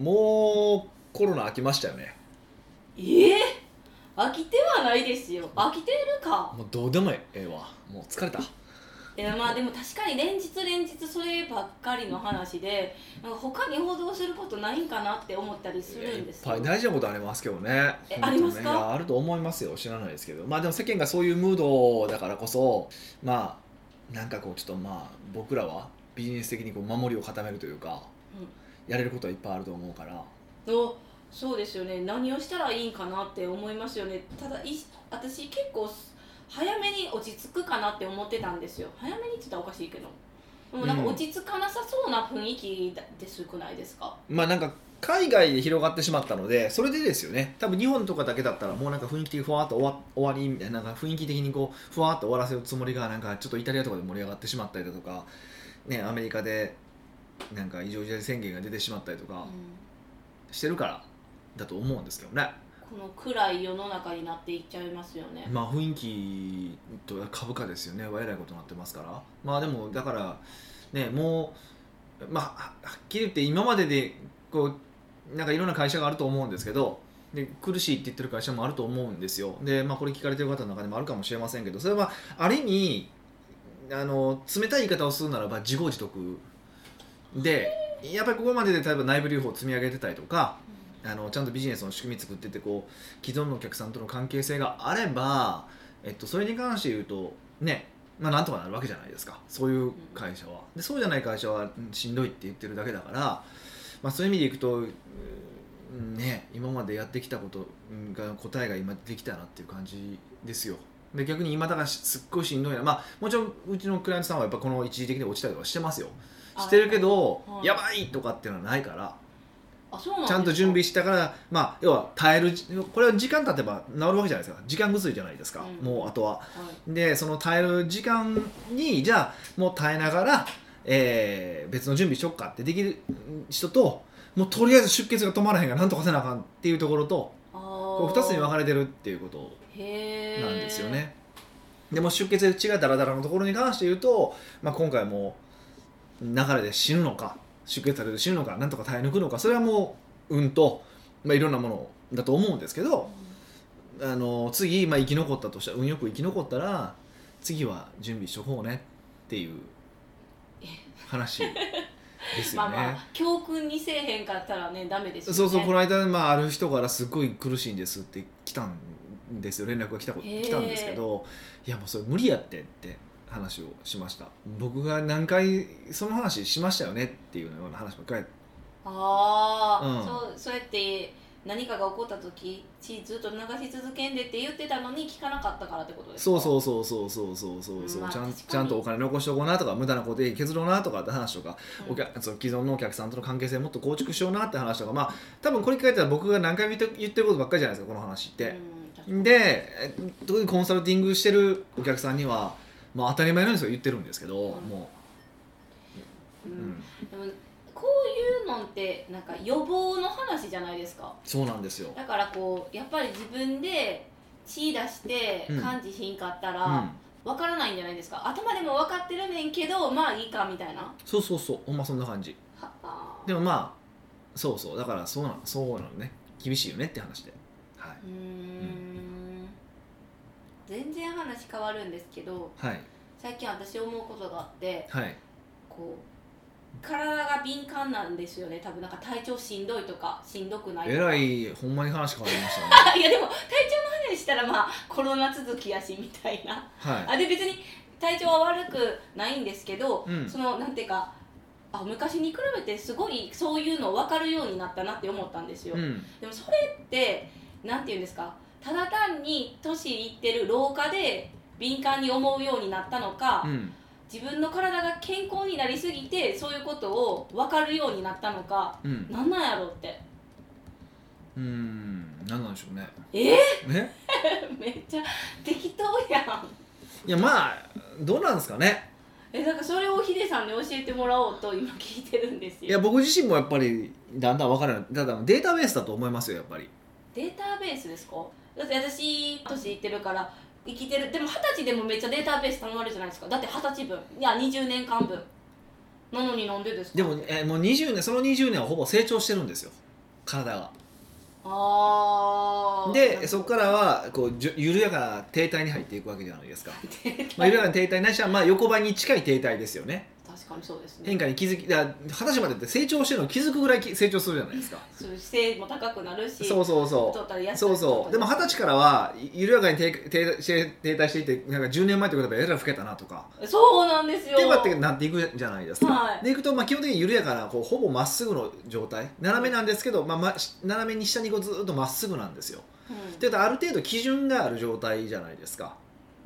もうコロナ飽きましたよね。 飽きてはないですよ。飽きてるか。 もうどうでもええわ、もう疲れた。 まあでも確かに連日そればっかりの話で、なんか他に報道することないんかなって思ったりするんですよ。 いっぱい大事なことありますけどね。 ありますか？ いやあると思いますよ、知らないですけど。まあでも世間がそういうムードだからこそ、まあなんかこうちょっとまあ僕らはビジネス的にこう守りを固めるというか、やれることはいっぱいあると思うから。 そうですよね。何をしたらいいんかなって思いますよね。ただ私結構早めに落ち着くかなって思ってたんですよ。早めにって言ったらおかしいけど、でもなんか落ち着かなさそうな雰囲気ですくないですか？ まあなんか海外で広がってしまったので、それでですよね。多分日本とかだけだったらもうなんか雰囲気的にふわっと終わりみたいな、なんか雰囲気的にこうふわっと終わらせるつもりが、なんかちょっとイタリアとかで盛り上がってしまったりだとかね、アメリカでなんか異常事態宣言が出てしまったりとかしてるからだと思うんですけどね。 この暗い世の中になっていっちゃいますよね。 まあ雰囲気と株価ですよね、えらいことになってますから。まあでもだからね、もうまあはっきり言って今まででこうなんかいろんな会社があると思うんですけど、で苦しいって言ってる会社もあると思うんですよ。でまあこれ聞かれてる方の中でもあるかもしれませんけど、それはある意味冷たい言い方をするならば自業自得で、やっぱりここまでで例えば内部留保を積み上げてたりとか、ちゃんとビジネスの仕組み作っててこう既存のお客さんとの関係性があれば、それに関して言うとね、まあなんとかなるわけじゃないですか、そういう会社は。でそうじゃない会社はしんどいって言ってるだけだから、まあ、そういう意味でいくと、ね、今までやってきたことが答えが今できたなっていう感じですよ。で逆に今だからすっごいしんどいな、まあもちろんうちのクライアントさんはやっぱこの一時的に落ちたりとかしてますよ、してるけど、やばいとかっていうのはないから、ちゃんと準備したから、まあ、要は耐える、これは時間経てば治るわけじゃないですか、時間薬じゃないですか、もうあとは、でその耐える時間にじゃあもう耐えながら、別の準備しよっかってできる人と、もうとりあえず出血が止まらへんからなんとかせなあかんっていうところと、こう2つに分かれてるっていうことなんですよね。でも出血で血がダラダラのところに関して言うと、まあ、今回も流れで死ぬのか出血されて死ぬのかなんとか耐え抜くのか、それはもう運と、まあ、いろんなものだと思うんですけど、次、まあ、生き残ったとしたら運よく生き残ったら次は準備しとこうねっていう話ですよね。 まあ教訓にせえへんかったらねダメですよね。 そうそう、この間、まあ、ある人からすごい苦しいんですって来たんですよ、連絡が来たんですけど、いやもうそれ無理やって話をしました。僕が何回その話しましたよねっていうような話ばっかり。 そうやって何かが起こった時血ずっと流し続けんでって言ってたのに聞かなかったからってことですか？そう、 ちゃんとお金残しておこうなとか、無駄なことで削ろうなとかって話とか、その既存のお客さんとの関係性をもっと構築しようなって話とか、まあ多分これ聞かれたら僕が何回も言ってることばっかりじゃないですか、この話って。で特にコンサルティングしてるお客さんには、まあ、当たり前のように言ってるんですけど、もう、でもこういうのってなんか予防の話じゃないですか。 そうなんですよ。 だからこうやっぱり自分で血出して感じひんかったら分からないんじゃないですか。頭でも分かってるねんけどまあいいかみたいな。 そうほんまそんな感じ。でもまあそうだからそうなのね、厳しいよねって話で、はい、 全然話変わるんですけど、 はい、 最近私思うことがあって、 はい、 こう体が敏感なんですよね。多分なんか体調しんどいとかしんどくないとか。 えらいほんまに話変わりましたね。 いやでも体調の話したらまあコロナ続きやしみたいな、 はい、 で別に体調は悪くないんですけど、そのなんていうか昔に比べてすごいそういうの分かるようになったなって思ったんですよ、でもそれってなんていうんですか、ただ単に年いってる老化で敏感に思うようになったのか、自分の体が健康になりすぎてそういうことを分かるようになったのか、なんなんやろうって。 なんなんでしょうね。 めっちゃ適当やん。 いやまあどうなんですかね。 だからそれをヒデさんに教えてもらおうと今聞いてるんですよ。 いや僕自身もやっぱりだんだん分からない。ただデータベースだと思いますよ、やっぱり。 データベースですか？だって私年いってるから生きてる。でも20歳でもめっちゃデータベース頼まれるじゃないですか。だって20歳分いや20年間分なのになんでですか？ でももう20年、その20年はほぼ成長してるんですよ。 体が。 あでそこからはこう緩やかな停滞に入っていくわけじゃないですか緩やかな停滞ないしは、まあ、横ばいに近い停滞ですよね。 確かにそうですね。 変化に気づきだ20歳までって成長してるの気づくぐらい成長するじゃないですか。 姿勢も高くなるし、 そうそうそうそうそう。でも20歳からは緩やかに停滞していて、なんか10年前と比べたらえらい老けたなとか、 そうなんですよってなっていくじゃないですか、 はい、 でいくと、まあ、基本的に緩やかなこうほぼまっすぐの状態、斜めなんですけど、斜めに下にこうずっとまっすぐなんですよ、っていうとある程度基準がある状態じゃないですか。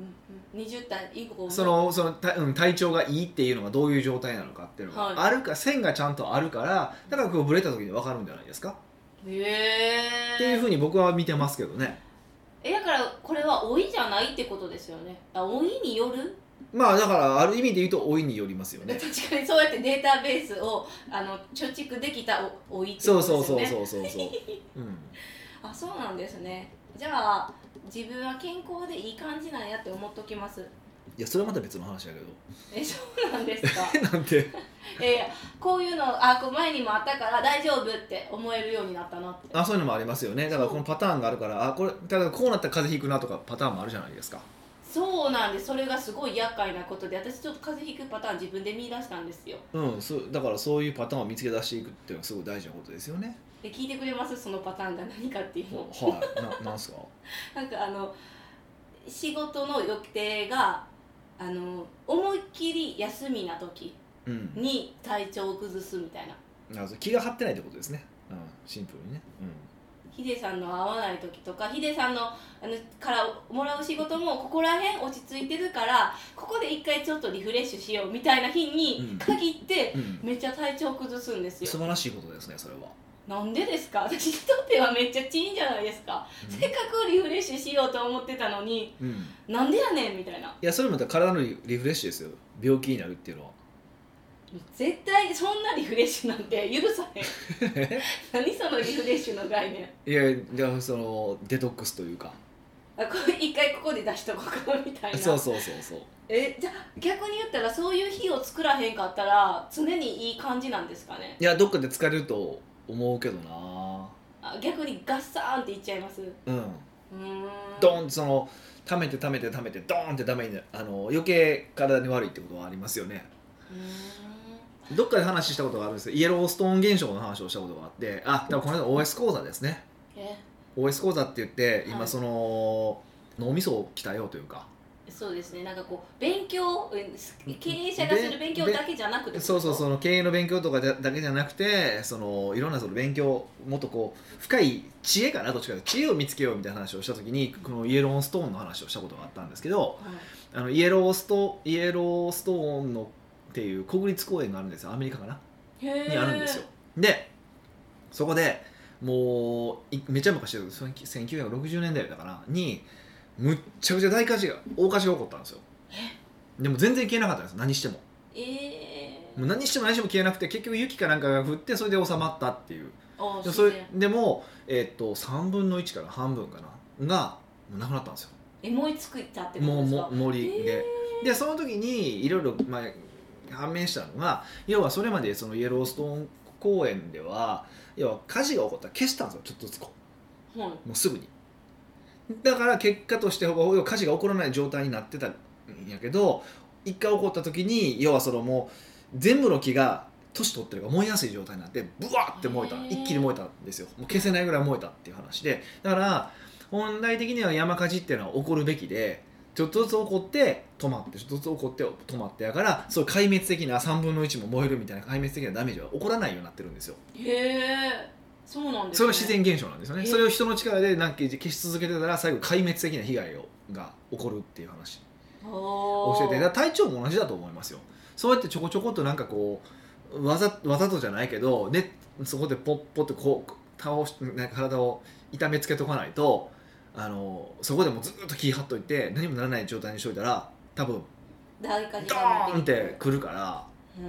20代以降体調がいいっていうのがどういう状態なのかっていうのがあるか、線がちゃんとあるから、だからこうブレた時に分かるんじゃないですか。っていうふうに僕は見てますけどね。 だからこれは老いじゃないってことですよね。老いによる、 まあだからある意味で言うと老いによりますよね。 確かにそうやってデータベースを貯蓄できた老いってことですよね。 そう、 あ、そうなんですね。じゃあ自分は健康でいい感じなんやって思っときます。 いやそれはまた別の話だけど。 そうなんですかなんてこういうのこう前にもあったから大丈夫って思えるようになったなって。 そういうのもありますよね。だからこのパターンがあるから、これだからこうなったら風邪ひくなとかパターンもあるじゃないですか。 そうなんです。それがすごい厄介なことで、私ちょっと風邪ひくパターン自分で見出したんですよ。 だからそういうパターンを見つけ出していくっていうのはすごい大事なことですよね。 聞いてくれます？そのパターンが何かっていうの。 なんすかなんか仕事の予定が思いっきり休みな時に体調を崩すみたいな、 気が張ってないってことですね、シンプルにね、 ヒデさんの合わない時とか、ヒデさんのからもらう仕事もここら辺落ち着いてるからここで一回ちょっとリフレッシュしようみたいな日に限ってめっちゃ体調崩すんですよ。 素晴らしいことですね、それは。 なんでですか？私にとってはめっちゃチーンじゃないですか、せっかくリフレッシュしようと思ってたのに、なんでやねんみたいな。いやそれも体のリフレッシュですよ、病気になるっていうのは。 絶対そんなリフレッシュなんて許さへん何そのリフレッシュの概念。 いやじゃあそのデトックスというか、 一回ここで出しとこうかみたいな。 そう。 じゃあ逆に言ったらそういう日を作らへんかったら常にいい感じなんですかね。 いやどっかで疲れると思うけどな。 逆にガッサーンっていっちゃいます。 ドンその溜めてドーンってダメに余計体に悪いってことはありますよね。どっかで話したことがあるんですよ。イエローストーン現象の話をしたことがあって、多分この間 OS 講座ですね。OS 講座って言って今その脳みそを鍛えようというか、 そうですね、なんかこう勉強、経営者がする勉強だけじゃなくて、 その経営の勉強とかだけじゃなくて、そのいろんなその勉強、もっとこう深い知恵かな、どっちかというと知恵を見つけようみたいな話をした時に、このイエローストーンの話をしたことがあったんですけど、イエローストーンのっていう国立公園があるんですよ、アメリカかなにあるんですよ。でそこでもうめちゃ昔で1960年代だからにむっちゃくちゃ大火事が起こったんですよ。でも全然消えなかったんです、何しても。もう何しても消えなくて、結局雪かなんかが降ってそれで収まったっていう。でも、3分の1から半分かながもうなくなったんですよ。 燃え尽きたってことですか？ 森でその時にいろいろ判明したのが、要はそれまでそのイエローストーン公園では要は火事が起こったら消したんですよ、ちょっとずつもうすぐに。だから結果として火事が起こらない状態になってたんやけど、一回起こった時に要はそのもう全部の木が年取ってるから燃えやすい状態になってブワーって燃えた、一気に燃えたんですよ。もう消せないぐらい燃えたっていう話で、だから本来的には山火事っていうのは起こるべきで、ちょっとずつ起こって止まって、ちょっとずつ起こって止まってやから、そういう壊滅的な3分の1も燃えるみたいな壊滅的なダメージは起こらないようになってるんですよ。 そうなんですね。 それは自然現象なんですよね。それを人の力で消し続けてたら最後壊滅的な被害が起こるっていう話を教えて、だから体調も同じだと思いますよ。そうやってちょこちょこっとなんかこうわざとじゃないけど、そこでポッポッとこう倒してなんか体を痛めつけとかないと、そこでもずっと気張っといて何もならない状態にしといたら多分ドーンってくるから。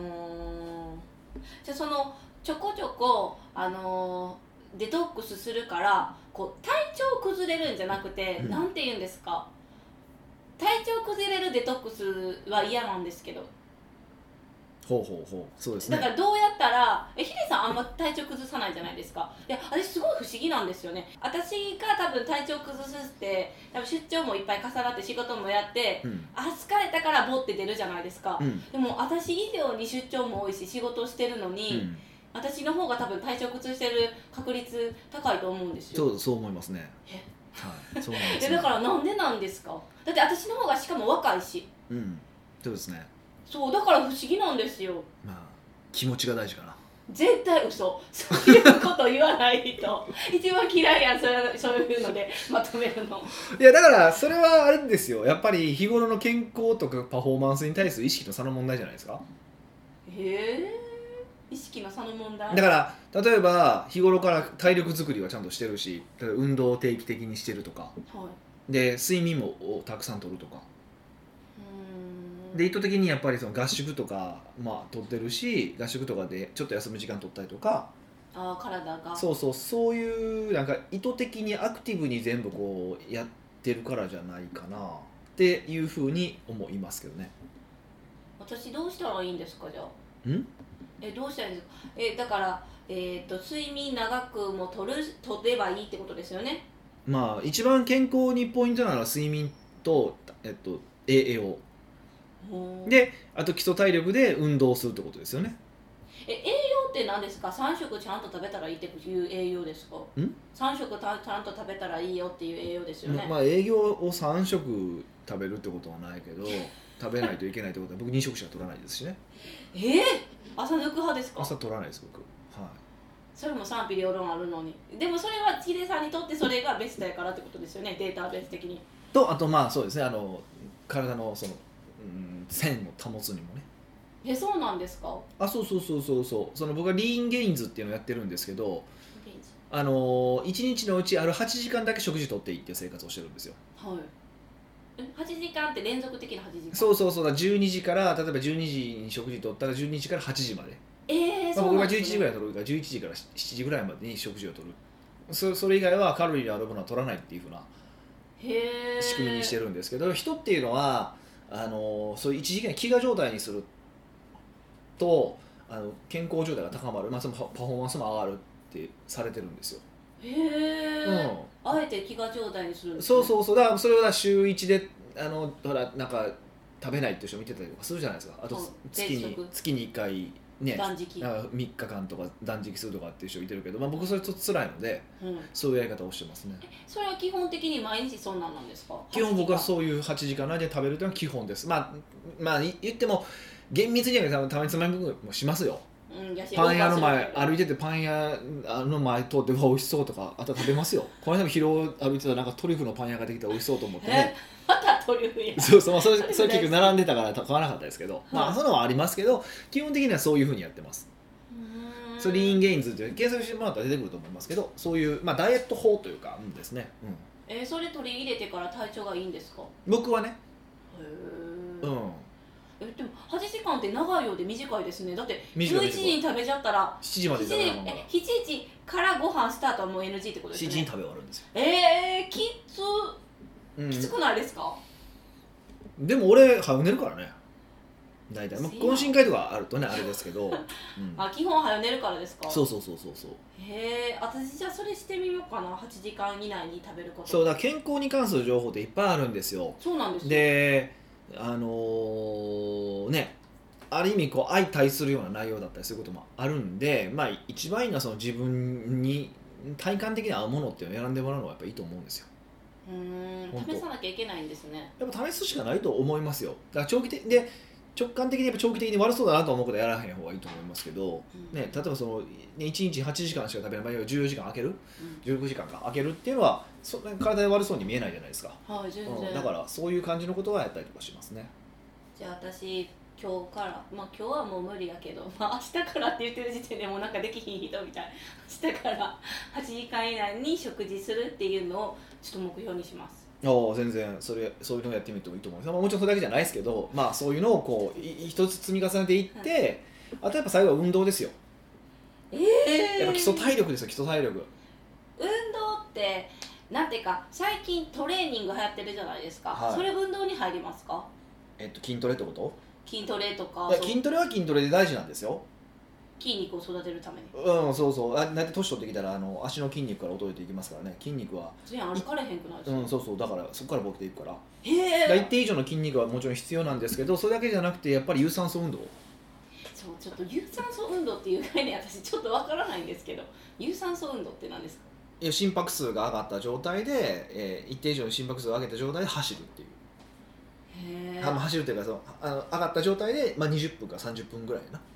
じゃあそのちょこちょこデトックスするからこう体調崩れるんじゃなくて、なんて言うんですか、体調崩れるデトックスは嫌なんですけど。 ほうほうほう、そうですね。 だからどうやったらヒデさんあんま体調崩さないじゃないですか。いや私すごい不思議なんですよね。私が多分体調崩すって多分出張もいっぱい重なって仕事もやって、疲れたからボって出るじゃないですか、でも私以上に出張も多いし仕事してるのに、私の方が多分体調崩してる確率高いと思うんですよ。 そう思いますね。はい、そうなんですね。だからなんでなんですか。だって私の方がしかも若いし。 そうですね。 そうだから不思議なんですよ。 まあ気持ちが大事かな。 絶対嘘。そういうこと言わない人一番嫌いやん、そういうのでまとめるの。 いやだからそれはあれですよ、やっぱり日頃の健康とかパフォーマンスに対する意識の差の問題じゃないですか。 意識の差の問題。 だから例えば日頃から体力作りはちゃんとしてるし、例えば運動を定期的にしてるとか、で睡眠もたくさんとるとかで、意図的にやっぱりその合宿とか取ってるし、合宿とかでちょっと休む時間取ったりとか、 体がそういうなんか意図的にアクティブに全部こうやってるからじゃないかなっていうふうに思いますけどね。 私どうしたらいいんですか。じゃあどうしたらいいんですか。だから睡眠長くも取ればいいってことですよね。 一番健康にポイントなのは睡眠と、栄養で、あと基礎体力で運動するってことですよね。 栄養って何ですか。3食ちゃんと食べたらいいっていう栄養ですか。3食ちゃんと食べたらいいよっていう栄養ですよね。 栄養を3食食べるってことはないけど食べないといけないってことは僕2食しか取らないですしね。 朝抜く派ですか。 朝取らないです僕。 それも賛否両論あるのに。でもそれはヒデさんにとってそれがベストやからってことですよね、データベース的に。 とあとそうですね、体のその線を保つにもね。 そうなんですか。 そう僕はリーンゲインズっていうのをやってるんですけど、1日のうちある8時間だけ食事とっていいっていう生活をしてるんですよ。 8時間って連続的な8時間。 そうだ、12時から例えば12時に食事とったら12時から8時まで。僕が11時ぐらい取るから11時から7時ぐらいまでに食事をとる。それ以外はカロリーのあるものは取らないっていうふうな仕組みにしてるんですけど、人っていうのはそういう一時期の飢餓状態にすると健康状態が高まる、そのパフォーマンスも上がるってされてるんですよ。 あえて飢餓状態にするんですね。 そうだからそれを週1でほらなんか食べないっていう人見てたりとかするじゃないですか。あと月に1回ね、 断食 3日間とか断食するとかっていう人いてるけど、僕それちょっと辛いので、そういうやり方をしてますね。 それは基本的に毎日そんなんですか。 基本僕はそういう8時間内で食べるというのは基本です。言っても厳密にはたまにつまみもしますよ。パン屋の前歩いててパン屋の前通って美味しそうとかあと食べますよ。この間も広尾歩いてたらなんかトリュフのパン屋ができたら美味しそうと思ってね。 またトリュフや。 それ結局並んでたから買わなかったですけど、そういうのはありますけど基本的にはそういうふうにやってます。それリーンゲインズって検索してもらったら出てくると思いますけど、そういうダイエット法というかですね。 それ取り入れてから体調がいいんですか。 僕はね。 でも8時間って長いようで短いですね。だって11時に食べちゃったら 7時まで食べるのが 7時からご飯スタートはもう NG ってことですね。 7時に食べ終わるんですよ。 きつくないですか。 でも俺早寝るからね大体。懇親会とかあるとねあれですけど、 基本早寝るからですか。 そう私じゃあそれしてみようかな。8時間以内に食べること。 そうだ、健康に関する情報っていっぱいあるんですよ。 そうなんですよ。 である意味相対するような内容だったりすることもあるんで、一番いいのはその自分に体感的に合うものっていうのを選んでもらうのがやっぱいいと思うんですよ。 試さなきゃいけないんですね。 やっぱ試すしかないと思いますよ。だから直感的に長期的に悪そうだなと思うことはやらへん方がいいと思いますけど、例えば1日8時間しか食べない場合は14時間空ける、19時間か空けるっていうのは体が悪そうに見えないじゃないですか。 全然。 だからそういう感じのことはやったりとかしますね。 じゃあ私今日から今日はもう無理やけど、明日からって言ってる時点でもうなんかできひん人みたい。明日から8時間以内に食事するっていうのをちょっと目標にします。 全然そういうのをやってみてもいいと思います。もちろんそれだけじゃないですけど、そういうのを一つ積み重ねていって、あとやっぱ最後は運動ですよ。やっぱ基礎体力ですよ。基礎体力。 運動ってなんていうか最近トレーニング流行ってるじゃないですか。それ運動に入りますか。 筋トレってこと？ 筋トレとか。 いや筋トレは筋トレで大事なんですよ。 筋肉を育てるために。 そうそう。だって年取ってきたら足の筋肉から衰えていきますからね。筋肉は歩かれへんくなるし、 そうそう。だからそこからボケていくから。 へえ。 一定以上の筋肉はもちろん必要なんですけど、それだけじゃなくてやっぱり有酸素運動。 そう、ちょっと有酸素運動っていう概念私ちょっとわからないんですけど、有酸素運動って何ですか？ いや、心拍数が上がった状態で、一定以上の心拍数を上げた状態で走るっていう。 へえ。 走るというか上がった状態で、20分か30分ぐらいな。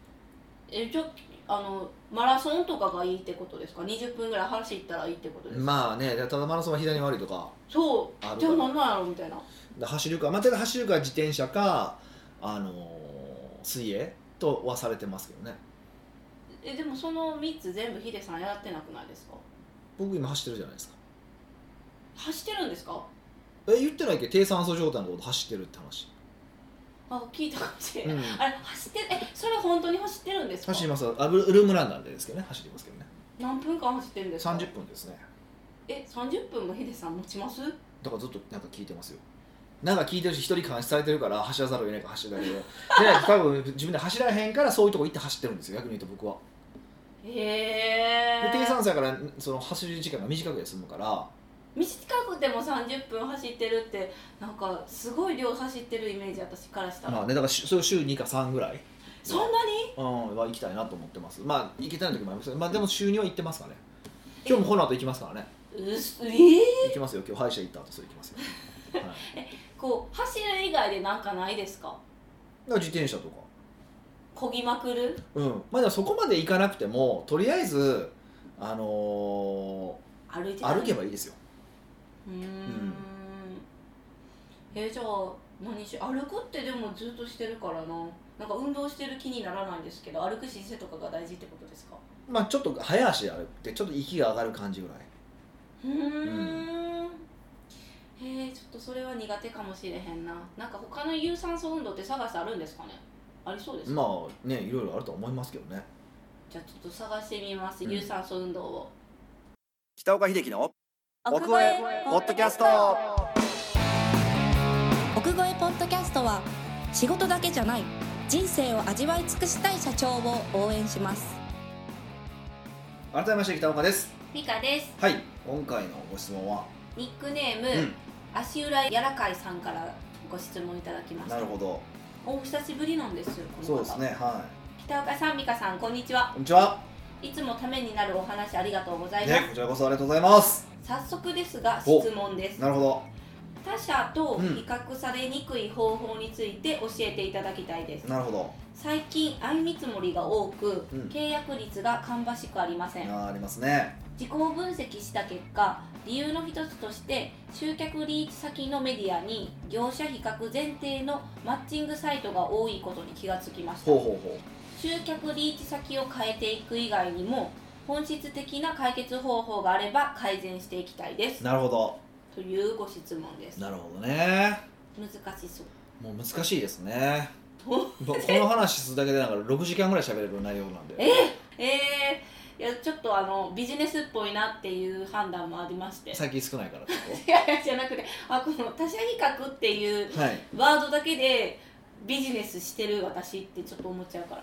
マラソンとかがいいってことですか？20分ぐらい走ったらいいってことですか？ まあね、ただマラソンは左に悪いとかそうじゃあ何なんやろみたいな。 走るか、ただ走るか自転車か、水泳とはされてますけどね。 でもその3つ全部ヒデさんやってなくないですか？ 僕今走ってるじゃないですか。 走ってるんですか？ 言ってないっけ、低酸素状態のこと走ってるって話。 聞いたかもしれない、あれ走ってそれ本当に走ってるんですか？ 走ります。ルームランなんでですけどね、走りますけどね。 何分間走ってるんですか ？30分ですね。 30分もヒデさん持ちます？ だからずっとなんか聞いてますよ。なんか聞いてるし、一人監視されてるから走らざるを得ないから走るだけで多分自分で走らへんからそういうとこ行って走ってるんですよ、逆に言うと僕は。 へえ。 低酸素やからその走る時間が短くで済むから。 短くても30分走ってるってなんかすごい量走ってるイメージ、私からしたら。 だからそれ週2か3ぐらいそんなには行きたいなと思ってます。行けてない時もありますけど、でも週2は行ってますからね。今日もこの後行きますからね。行きますよ。今日歯医者行った後それ行きますよ、 走る以外でなんかないですか？ 自転車とか漕ぎまくる。 でもそこまで行かなくてもとりあえず歩けばいいですよ。 じゃあ歩くってでもずっとしてるからなんか運動してる気にならないんですけど、歩く姿勢とかが大事ってことですか？ ちょっと早足で歩いてちょっと息が上がる感じぐらい。 ちょっとそれは苦手かもしれへんな。なんか他の有酸素運動って探してあるんですかね？ありそうですか？ いろいろあると思いますけどね。 じゃあちょっと探してみます、有酸素運動を。 北岡秀樹の奥越えポッドキャスト。 奥越えポッドキャストは仕事だけじゃない人生を味わい尽くしたい社長を応援します。 改めまして北岡です。 ミカです。 はい、今回のご質問はニックネーム、足裏やらかいさんからご質問いただきました。 なるほど。 お久しぶりなんですよ、この方。 そうですね、はい。 北岡さん、美香さん、こんにちは。 こんにちは。 いつもためになるお話ありがとうございます。 こちらこそありがとうございます。 早速ですが質問です。 なるほど。 他社と比較されにくい方法について教えていただきたいです。 なるほど。 最近相見積もりが多く、契約率が芳しくありません。 ありますね。 自己分析した結果、理由の一つとして集客リーチ先のメディアに業者比較前提のマッチングサイトが多いことに気がつきました。集客リーチ先を変えていく以外にも本質的な解決方法があれば改善していきたいです。 なるほど。 というご質問です。 なるほどね。 難しそう。 もう難しいですね。この話するだけでなんか6時間ぐらい喋れる内容なんで。 いやちょっとビジネスっぽいなっていう判断もありまして。 最近少ないからってこと？いやじゃなくて、この他社比較っていうワードだけでビジネスしてる私ってちょっと思っちゃうから。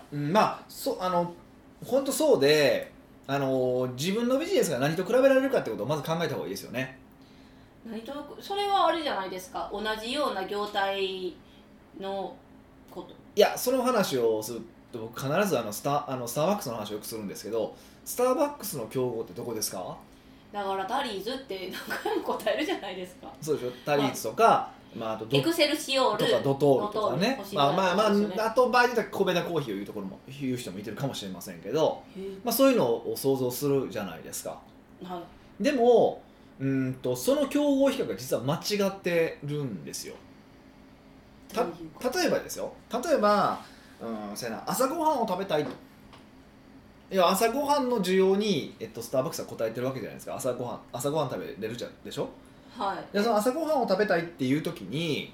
本当そうで、自分のビジネスが何と比べられるかってことをまず考えた方がいいですよね。 それはあれじゃないですか、同じような業態のこと。 いや、その話をすると僕必ずスターバックスの話をよくするんですけど、スターバックスの競合ってどこですか？ だからタリーズって何回も答えるじゃないですか。 そうでしょ。タリーズとか、あとエクセルシオールとかドトールとかね。あと場合で言ったらコベダコーヒーを言う人もいてるかもしれませんけど、そういうのを想像するじゃないですか。でもその競合比較が実は間違ってるんですよ。例えばですよ。例えば朝ごはんを食べたいと。いや、朝ごはんの需要に、スターバックスは応えてるわけじゃないですか。朝ごはん食べれるでしょ。でその朝ごはんを食べたいっていう時に、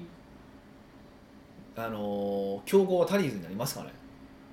競合はタリーズになりますかね。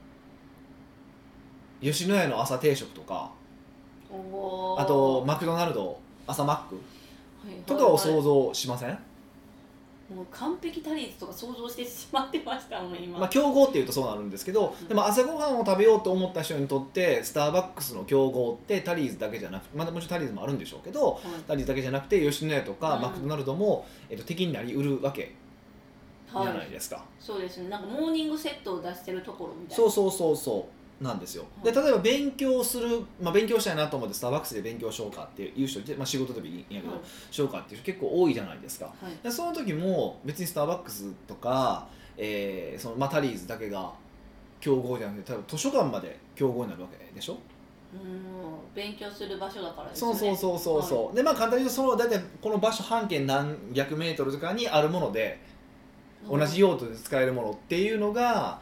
吉野家の朝定食とか、あとマクドナルド朝マックとかを想像しません？ もう完璧タリーズとか想像してしまってましたもん今。 まあ、競合っていうとそうなるんですけど、でも朝ごはんを食べようと思った人にとってスターバックスの競合ってタリーズだけじゃなくて、まだもちろんタリーズもあるんでしょうけど、タリーズだけじゃなくて吉野家とかマクドナルドも、敵になりうるわけじゃないですか。 そうですね。なんかモーニングセットを出してるところみたいな。そうなんですよ。で例えば勉強する、勉強したいなと思ってスターバックスで勉強しようかっていう人、仕事でもいいんやけど、しようかっていう人結構多いじゃないですか。でその時も別にスターバックスとか、そのタリーズだけが競合じゃなくて、多分図書館まで競合になるわけでしょ。 勉強する場所だからですね。 そう、で簡単に言うとその大体この場所半径何百メートルとかにあるもので、同じ用途で使えるものっていうのが、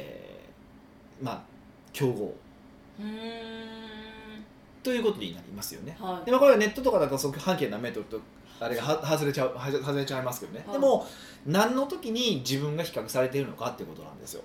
競合ということになりますよね。でこれはネットとかだと半径何メートルとあれが外れちゃいますけどね。でも何の時に自分が比較されているのかっていうことなんですよ。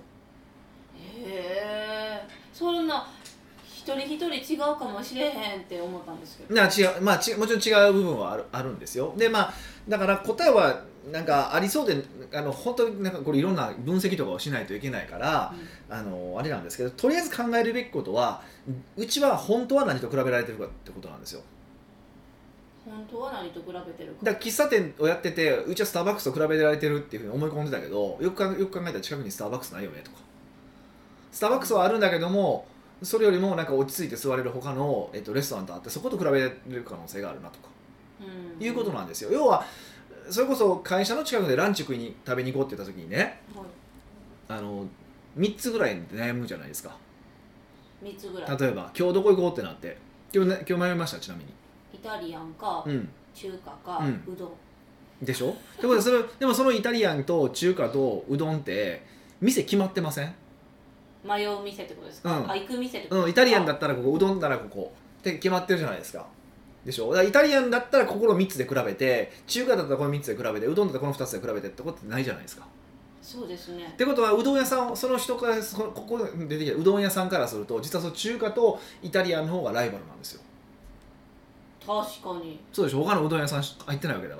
そんな一人一人違うかもしれへんって思ったんですけど。 もちろん違う部分はあるんですよ。でだから答えはなんかありそうで、本当になんかこれいろんな分析とかをしないといけないから、あれなんですけど、とりあえず考えるべきことは、うちは本当は何と比べられてるかってことなんですよ。 本当は何と比べてるか。 だから喫茶店をやってて、うちはスターバックスと比べられてるっていうふうに思い込んでたけど、よく考えたら近くにスターバックスないよねとか、スターバックスはあるんだけども、それよりもなんか落ち着いて座れる他の、レストランとあって、そこと比べる可能性があるなとか、いうことなんですよ。要はそれこそ会社の近くでランチ食べに行こうって言った時にね、3つぐらいで悩むじゃないですか。 3つぐらい。 例えば今日どこ行こうってなって、今日迷いました。ちなみにイタリアンか、中華か、うどんでしょ。ってことでもそのイタリアンと中華とうどんって店決まってません？ 迷う店ってことですか？行く店ってことですか？ イタリアンだったらここ、うどんならここって決まってるじゃないですか。でしょ。だからイタリアンだったらここの3つで比べて、中華だったらこの3つで比べて、うどんだったらこの2つで比べてってことってないじゃないですか。 そうですね。 ってことはうどん屋さん、その人からここ出てきたうどん屋さんからすると、実はその中華とイタリアンの方がライバルなんですよ。 確かに。 そうでしょ。他のうどん屋さん入ってないわけだから。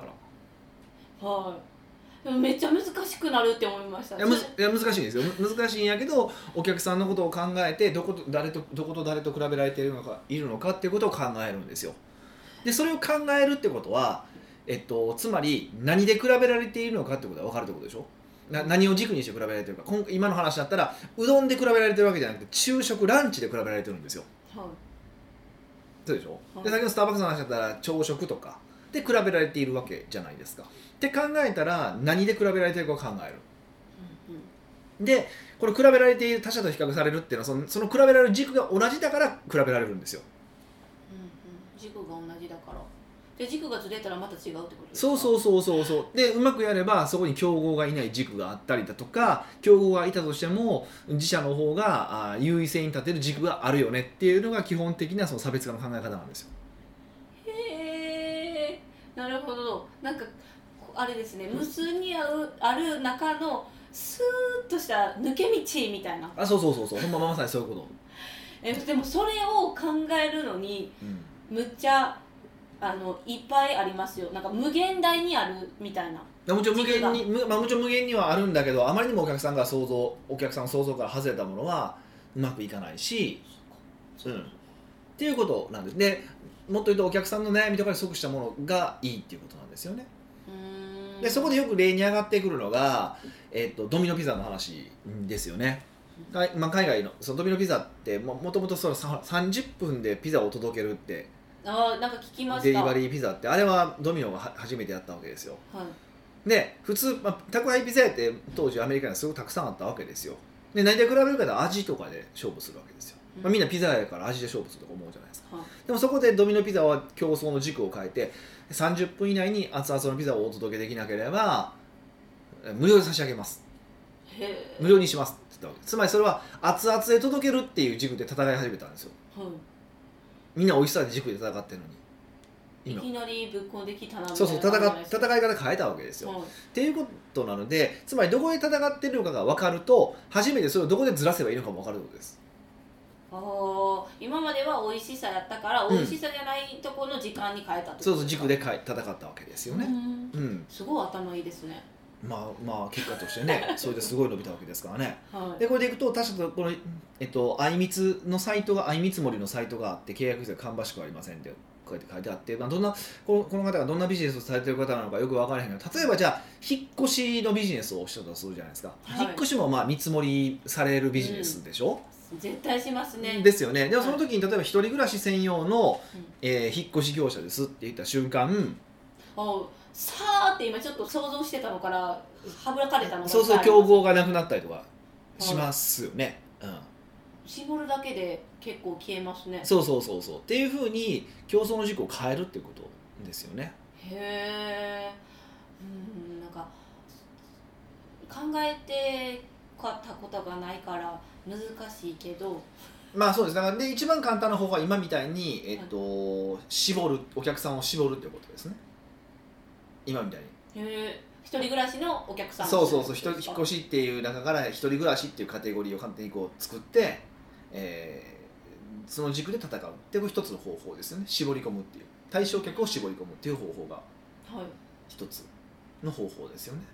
でもめっちゃ難しくなるって思いました。 いや難しいんですよ。難しいんやけど、お客さんのことを考えて、どこと誰と比べられているのかっていうことを考えるんですよ。でそれを考えるってことは、つまり何で比べられているのかってことが分かるってことでしょ。何を軸にして比べられているか。今の話だったらうどんで比べられてるわけじゃなくて、昼食ランチで比べられてるんですよ。そうでしょ。で先ほどスターバックスの話だったら朝食とかで比べられているわけじゃないですか。って考えたら何で比べられているかを考える。でこれ比べられている他者と比較されるっていうのは、その比べられる軸が同じだから比べられるんですよ。 軸が同じだから。で軸がずれたらまた違うってことですか？ そうでうまくやればそこに競合がいない軸があったりだとか、競合がいたとしても自社の方が優位性に立てる軸があるよねっていうのが基本的なその差別化の考え方なんですよ。 へー、なるほど。なんかあれですね、無数にある中のスーッとした抜け道みたいな。 そうほんまさにそういうこと。 でもそれを考えるのに、むっちゃいっぱいありますよ。なんか無限大にあるみたいな。 もちろん無限にはあるんだけど、あまりにもお客さんの想像から外れたものはうまくいかないし、っていうことなんです。でもっと言うとお客さんの悩みとかに即したものがいいっていうことなんですよね。でそこでよく例に上がってくるのが、ドミノピザの話ですよね。海外のそのドミノピザってもともと30分でピザを届けるって、 なんか聞きました。 デリバリーピザってあれはドミノが初めてやったわけですよ。で普通、宅配ピザ屋って当時アメリカにはすごくたくさんあったわけですよ。で何で比べるかで味とかで勝負するわけですよ。みんなピザ屋から味で勝負するとか思うじゃないですか。でもそこでドミノピザは競争の軸を変えて、30分以内に熱々のピザをお届けできなければ無料で差し上げます、無料にしますって言ったわけです。つまりそれは熱々で届けるっていう軸で戦い始めたんですよ。みんな美味しさで軸で戦ってるのにいきなりぶっこんできたなみたいな。 戦い方変えたわけですよ。っていうことなので、つまりどこで戦ってるのかが分かると、初めてそれをどこでずらせばいいのかも分かるってことです。 今までは美味しさやったから、美味しさじゃないところの時間に変えたってことですか？ 軸で戦ったわけですよね。 すごい頭いいですね。 まあ結果としてねそれですごい伸びたわけですからね、 はい、 でこれでいくと確かこの、相光のサイトが相見積もりのサイトがあって契約費が芳しくありませんってこうやって書いてあって、まあ、この方がどんなビジネスをされてる方なのかよく分からへんけど、例えばじゃあ引っ越しのビジネスをしてたとするじゃないですか、はい、引っ越しもまあ見積もりされるビジネスでしょ、 絶対しますね。 ですよね。でもその時に例えば一人暮らし専用の、引っ越し業者ですって言った瞬間、 さーって今ちょっと想像してたのからはぶらかれたのがそうそう競合がなくなったりとかしますよね、うん、 絞るだけで結構消えますね。 そうっていうふうに競争の軸を変えるっていうことですよね。 へえ、なんか考えてたことがないから難しいけど、 まあそうです。だからで一番簡単な方法は今みたいに、絞る、お客さんを絞るっていうことですね。今みたいに。 一人暮らしのお客さん。 そう引っ越しっていう中から一人暮らしっていうカテゴリーを勝手にこう作って、その軸で戦うっていう一つの方法ですよね。絞り込むっていう対象客を絞り込むっていう方法が一つの方法ですよね。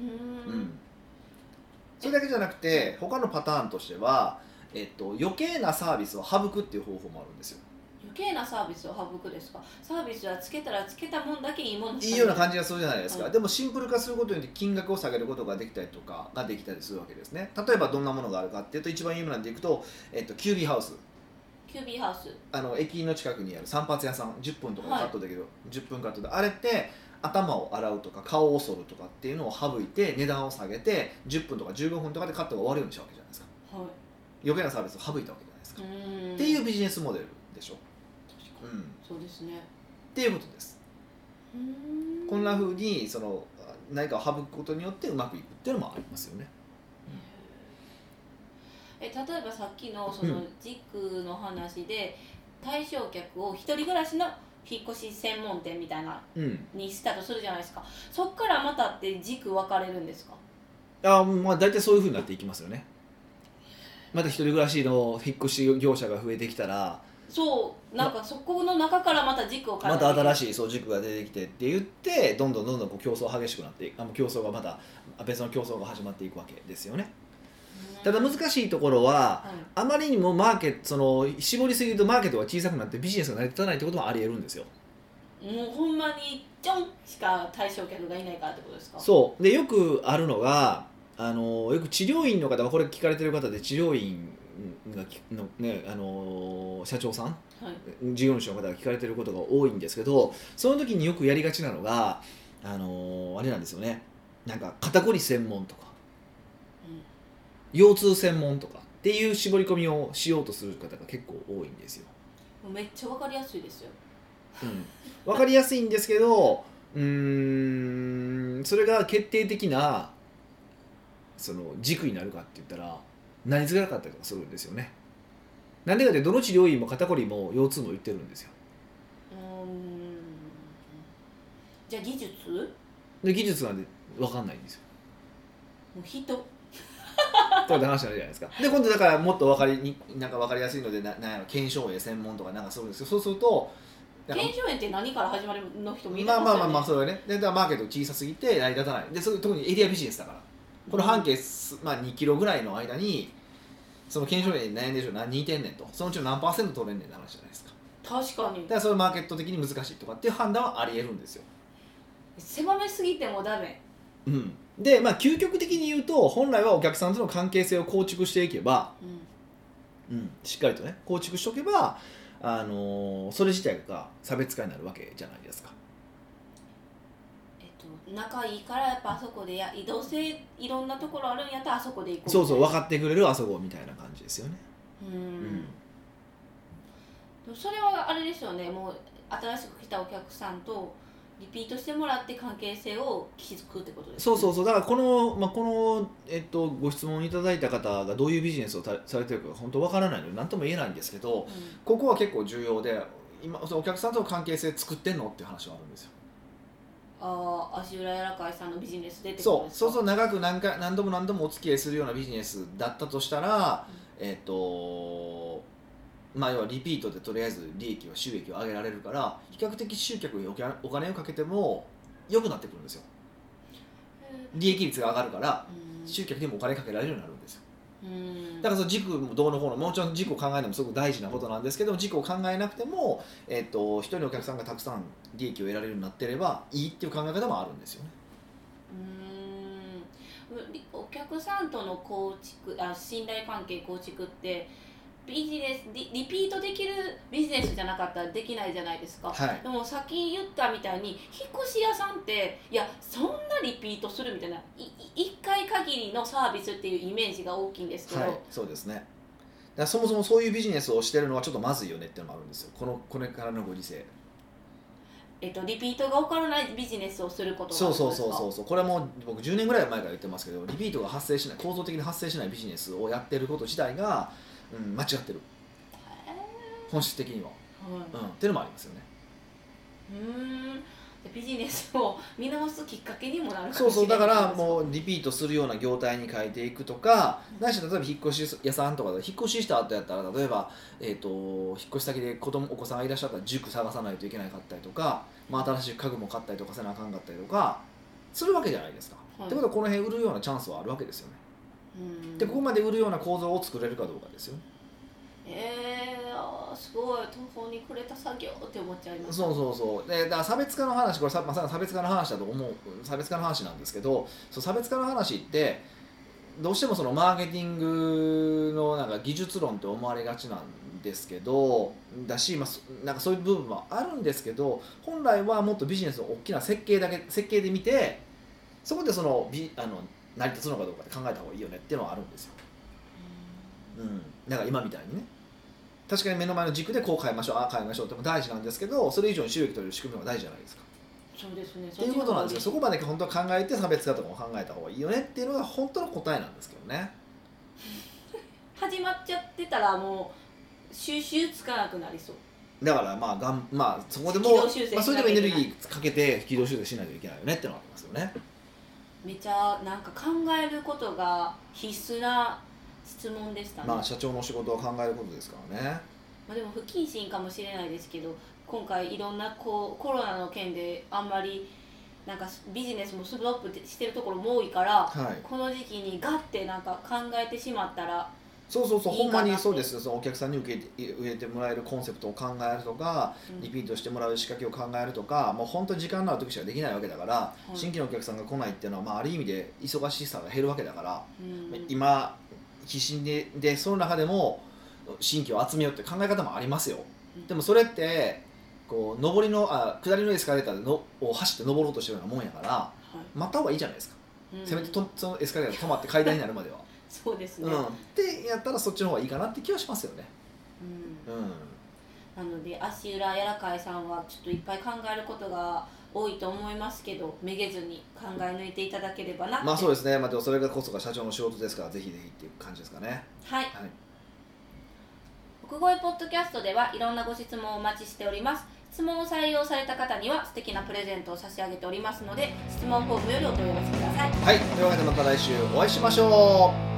それだけじゃなくて他のパターンとしては、余計なサービスを省くっていう方法もあるんですよ。 余計なサービスを省くですか。サービスはつけたらつけたもんだけいいものいいような感じがするじゃないですか、でもシンプル化することによって金額を下げることができたりとかができたりするわけですね。例えばどんなものがあるかっていうと一番有名なんでいくと、キュービーハウス。駅の近くにある散髪屋さん、10分とかでカットできる、10分カットで、あれって頭を洗うとか顔を剃るとかっていうのを省いて値段を下げて10分とか15分とかでカットが終わるようにしたわけじゃないですか、余計なサービスを省いたわけじゃないですかっていうビジネスモデルでしょ。 そうですねっていうことです。こんな風に何かを省くことによってうまくいくっていうのもありますよね。 例えばさっきのその軸の話で、対象客を一人暮らしの引っ越し専門店みたいなにしたとするじゃないですか、そっからまたって軸分かれるんですか。 まあ大体そういう風になっていきますよね。また一人暮らしの引っ越し業者が増えてきたら、 なんかそこの中からまた軸を変えてまた新しい軸が出てきてって言ってどんどんこう競争が激しくなって競争がまた別の競争が始まっていくわけですよね。ただ難しいところは、あまりにも絞りすぎるとマーケットが小さくなってビジネスが成り立たないってこともあり得るんですよ。 もうほんまにちょんしか対象客がいないからってことですか。 そうでよくあるのがよく治療院の方はこれ聞かれてる方で治療院の、ね、社長さん、事業主の方が聞かれてることが多いんですけど、その時によくやりがちなのがあれなんですよね。なんか肩こり専門とか、腰痛専門とかっていう絞り込みをしようとする方が結構多いんですよ。 めっちゃ分かりやすいですよ、 分かりやすいんですけどそれが決定的な軸になるかって言ったらなりづらかったりとかするんですよね。なんでかってどの治療院も肩こりも腰痛も言ってるんですよ。 じゃあ技術なんで分かんないんですよ。 もう人という話になるじゃないですか。で今度だからもっと分かりやすいので腱鞘炎専門とかなんかするんですけど、そうすると腱鞘炎って何から始まるの人もいるんですよね。まあそれはね。でマーケット小さすぎて成り立たない。で特にエリアビジネスだから、この半径、2キロぐらいの間にその腱鞘炎に悩んでる人何人いてんねんと、そのうちの何%取れんねんって話じゃないですか。 確かに。 だからそれマーケット的に難しいとかっていう判断はあり得るんですよ。 狭めすぎてもダメ。 で究極的に言うと本来はお客さんとの関係性を構築していけば、しっかりとね構築しておけばそれ自体が差別化になるわけじゃないですか。 仲いいからやっぱあそこで移動性いろんなところあるんやったらあそこで行こう。 そう分かってくれるあそこみたいな感じですよね。 それはあれですよね。もう新しく来たお客さんとリピートしてもらって関係性を築くってことですね。 そうだからこの、ご質問いただいた方がどういうビジネスをされてるか本当分からないので何とも言えないんですけど、ここは結構重要で、今お客さんとの関係性作ってんのっていう話はあるんですよ。 足浦やらかいさんのビジネスでってことですか。そう長く何度もお付き合いするようなビジネスだったとしたら、要はリピートでとりあえず利益は収益を上げられるから比較的集客にお金をかけても良くなってくるんですよ。 利益率が上がるから集客にもお金かけられるようになるんですよ。だからその軸もどうのこうの、もちろん軸を考えるのもすごく大事なことなんですけど、軸を考えなくても、一人のお客さんがたくさん利益を得られるようになってればいいっていう考え方もあるんですよね。 お客さんとの構築、信頼関係構築ってビジネスリピートできるビジネスじゃなかったらできないじゃないですか、 はい、 でもさっき言ったみたいに引っ越し屋さんっていやそんなリピートするみたいな1回限りのサービスっていうイメージが大きいんですけど、 はい、そうですね。だからそもそもそういうビジネスをしてるのはちょっとまずいよねっていうのもあるんですよ、これからのご時世。 リピートが起こらないビジネスをすることがそうこれはもう僕10年ぐらい前から言ってますけど、リピートが発生しない、構造的に発生しないビジネスをやってること自体が、間違ってる、本質的には、っていうのもありますよね。 ビジネスを見直すきっかけにもなるかもしれない。 そうだからもうリピートするような業態に変えていくとか、ないし例えば引っ越し屋さんとかで引っ越しした後やったら、例えば、引っ越し先でお子さんがいらっしゃったら塾探さないといけないかったりとか、新しい家具も買ったりとかせなあかんかったりとかするわけじゃないですか、ってことはこの辺売るようなチャンスはあるわけですよね。でここまで売るような構造を作れるかどうかですよね。 すごい途方に暮れた作業って思っちゃいます。 そうで、だから差別化の話、これまさに差別化の話だと思う、差別化の話なんですけど、差別化の話ってどうしてもそのマーケティングのなんか技術論って思われがちなんですけどだし、なんかそういう部分はあるんですけど、本来はもっとビジネスの大きな設計で見て、そこで成り立つのかどうかって考えた方がいいよねっていうのはあるんですよ。だから今みたいにね、確かに目の前の軸でこう変えましょう、変えましょうっても大事なんですけど、それ以上に収益取れる仕組みも大事じゃないですか。 そうですね。 っていうことなんですよ。そこまで本当は考えて差別化とかも考えた方がいいよねっていうのが本当の答えなんですけどね。 始まっちゃってたらもう収集つかなくなりそう。 だからそこでもそれでもエネルギーかけて軌道修正しないといけないよねっていうのがありますよね。 めちゃなんか考えることが必須な質問でしたね。 社長の仕事は考えることですからね。 でも不謹慎かもしれないですけど、今回いろんなコロナの件であんまりなんかビジネスもストップしてるところも多いから、この時期にガッてなんか考えてしまったらほんまにそうですよ。そのお客さんに受けてもらえるコンセプトを考えるとか、リピートしてもらう仕掛けを考えるとか、もう本当に時間のある時しかできないわけだから、新規のお客さんが来ないっていうのは、ある意味で忙しさが減るわけだから、今必死でその中でも新規を集めようって考え方もありますよ。でもそれってこう下りのエスカレーターを走って登ろうとしてるようなもんやから、待った方がいいじゃないですか。せめてそのエスカレーター止まって階段になるまではそうですね、 ってやったらそっちの方がいいかなって気はしますよね。 なので足裏やらかいさんはちょっといっぱい考えることが多いと思いますけど、めげずに考え抜いていただければなって。 そうですね。でもそれがこそが社長の仕事ですから、ぜひぜひっていう感じですかね。 はい、奥越ポッドキャストではいろんなご質問をお待ちしております。質問を採用された方には素敵なプレゼントを差し上げておりますので、質問フォームよりお問い合わせください。 はい、というわけでまた来週お会いしましょう。